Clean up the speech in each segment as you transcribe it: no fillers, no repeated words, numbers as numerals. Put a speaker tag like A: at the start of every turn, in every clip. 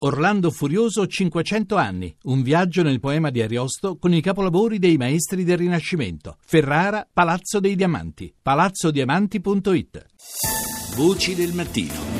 A: Orlando Furioso 500 anni, un viaggio nel poema di Ariosto con i capolavori dei maestri del Rinascimento. Ferrara, Palazzo dei Diamanti, palazzodiamanti.it. Voci del mattino.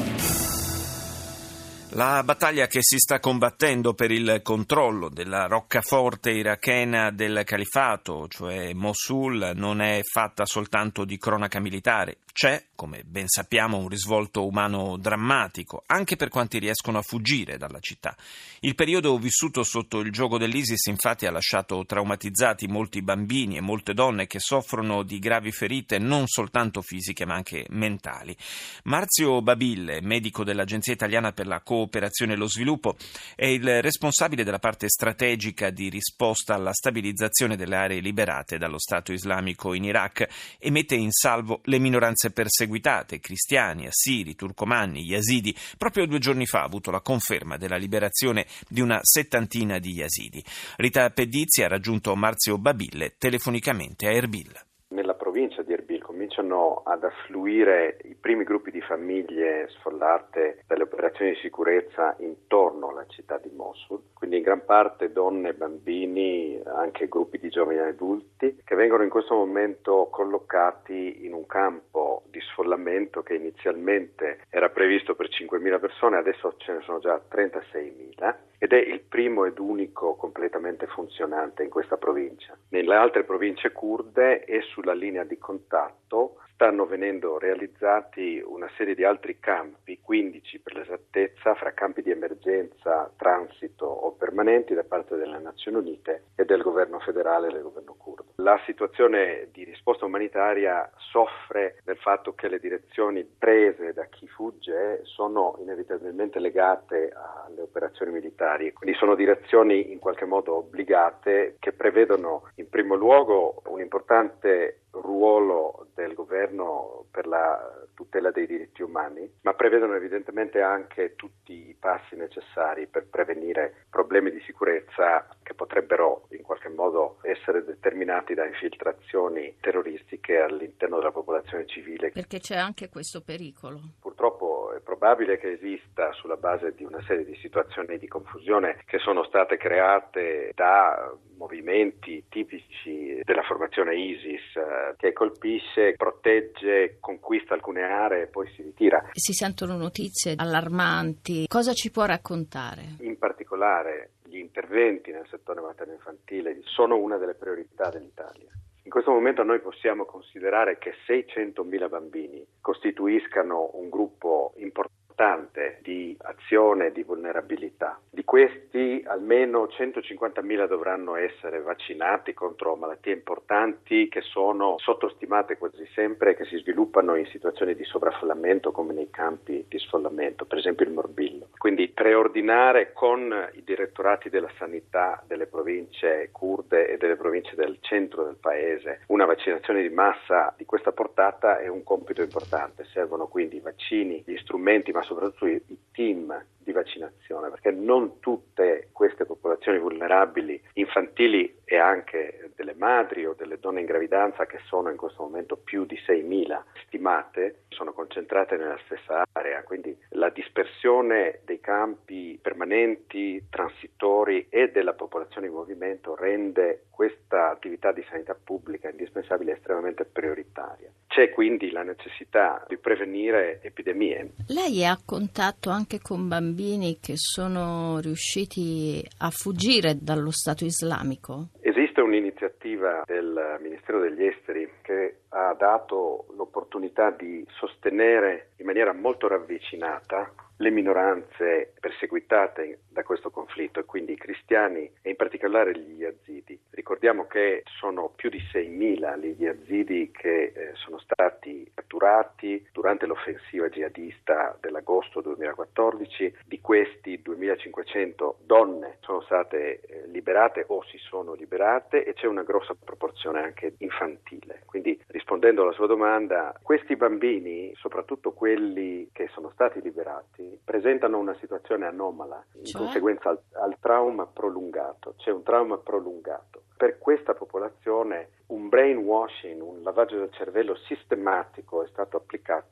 B: La battaglia che si sta combattendo per il controllo della roccaforte irachena del Califfato, cioè Mosul, non è fatta soltanto di cronaca militare. C'è, come ben sappiamo, un risvolto umano drammatico, anche per quanti riescono a fuggire dalla città. Il periodo vissuto sotto il giogo dell'ISIS, infatti, ha lasciato traumatizzati molti bambini e molte donne che soffrono di gravi ferite non soltanto fisiche ma anche mentali. Marzio Babille, medico dell'Agenzia Italiana per la Cooperazione e lo Sviluppo, è il responsabile della parte strategica di risposta alla stabilizzazione delle aree liberate dallo Stato islamico in Iraq e mette in salvo le minoranze perseguitate, cristiani, assiri, turcomanni, yazidi. Proprio 2 giorni fa ha avuto la conferma della liberazione di una 70 di yazidi. Rita Pedizzi ha raggiunto Marzio Babille telefonicamente a Erbil.
C: Nella provincia di Erbil cominciano ad affluire i primi gruppi di famiglie sfollate dalle operazioni di sicurezza intorno alla città di Mosul, quindi in gran parte donne, bambini, anche gruppi di giovani adulti che vengono in questo momento collocati in un campo di sfollamento che inizialmente era previsto per 5.000 persone, adesso ce ne sono già 36.000 ed è il primo ed unico completamente funzionante in questa provincia. Nelle altre province curde e sulla linea di contatto stanno venendo realizzati una serie di altri campi, 15 per l'esattezza, fra campi di emergenza, transito o permanenti da parte delle Nazioni Unite e del governo federale e del governo curdo. La situazione di risposta umanitaria soffre del fatto che le direzioni prese da chi fugge sono inevitabilmente legate alle operazioni militari, quindi sono direzioni in qualche modo obbligate che prevedono in primo luogo un importante ruolo del governo per la tutela dei diritti umani, ma prevedono evidentemente anche tutti i passi necessari per prevenire problemi di sicurezza che potrebbero in qualche modo essere determinati da infiltrazioni terroristiche all'interno della popolazione civile.
D: Perché c'è anche questo pericolo.
C: Purtroppo è probabile che esista sulla base di una serie di situazioni di confusione che sono state create da movimenti tipici della formazione ISIS che colpisce, protegge, conquista alcune aree e poi si ritira.
D: Si sentono notizie allarmanti. Cosa ci può raccontare?
C: In particolare gli interventi nel settore materno-infantile sono una delle priorità dell'Italia. In questo momento noi possiamo considerare che 600.000 bambini costituiscano un gruppo importante di azione di vulnerabilità. Di questi almeno 150.000 dovranno essere vaccinati contro malattie importanti che sono sottostimate quasi sempre e che si sviluppano in situazioni di sovraffollamento come nei campi di sfollamento, per esempio il morbillo. Quindi preordinare con i direttorati della sanità delle province curde e delle province del centro del paese una vaccinazione di massa di questa portata è un compito importante. Servono quindi i vaccini, gli strumenti, ma soprattutto i team di vaccinazione, perché non tutte queste popolazioni vulnerabili, infantili e anche delle madri o delle donne in gravidanza, che sono in questo momento più di 6.000 stimate, sono concentrate nella stessa area, quindi la dispersione dei campi permanenti, transitori e della popolazione in movimento rende questa attività di sanità pubblica indispensabile e estremamente prioritaria. C'è quindi la necessità di prevenire epidemie.
D: Lei è a contatto anche con bambini che sono riusciti a fuggire dallo Stato islamico?
C: Esiste un'iniziativa del Ministero degli Esteri che ha dato l'opportunità di sostenere in maniera molto ravvicinata le minoranze perseguitate da questo conflitto, e quindi i cristiani e in particolare gli yazidi. Ricordiamo che sono più di 6.000 gli yazidi che sono stati catturati durante l'offensiva jihadista dell'agosto 2014. Di questi 2.500 donne sono state liberate o si sono liberate e c'è una grossa proporzione anche infantile. Quindi rispondendo alla sua domanda, questi bambini, soprattutto quelli che sono stati liberati, presentano una situazione anomala in conseguenza al trauma prolungato. C'è un trauma prolungato. Per questa popolazione un brainwashing, un lavaggio del cervello sistematico è stato applicato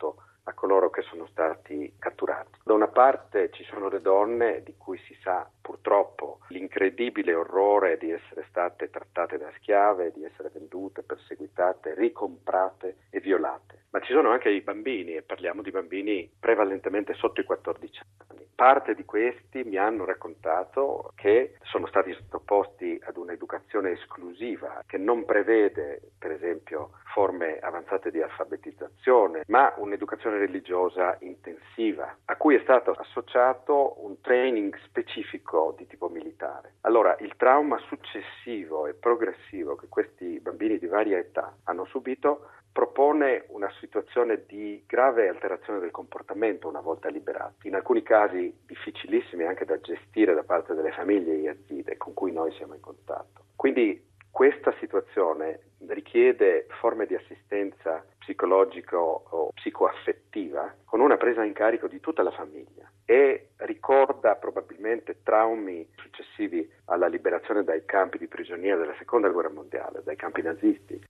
C: a coloro che sono stati catturati. Da una parte ci sono le donne di cui si sa purtroppo l'incredibile orrore di essere state trattate da schiave, di essere vendute, perseguitate, ricomprate e violate. Ma ci sono anche i bambini, e parliamo di bambini prevalentemente sotto i 14 anni. Parte di questi mi hanno raccontato che sono stati sottoposti ad un'educazione esclusiva che non prevede, per esempio, forme avanzate di alfabetizzazione, ma un'educazione religiosa intensiva, a cui è stato associato un training specifico di tipo militare. Allora, il trauma successivo e progressivo che questi bambini di varia età hanno subito propone una situazione di grave alterazione del comportamento una volta liberati, in alcuni casi difficilissimi anche da gestire da parte delle famiglie yazide con cui noi siamo in contatto. Quindi questa situazione richiede forme di assistenza psicologico o psicoaffettiva con una presa in carico di tutta la famiglia e ricorda probabilmente traumi successivi alla liberazione dai campi di prigionia della Seconda Guerra Mondiale, dai campi nazisti,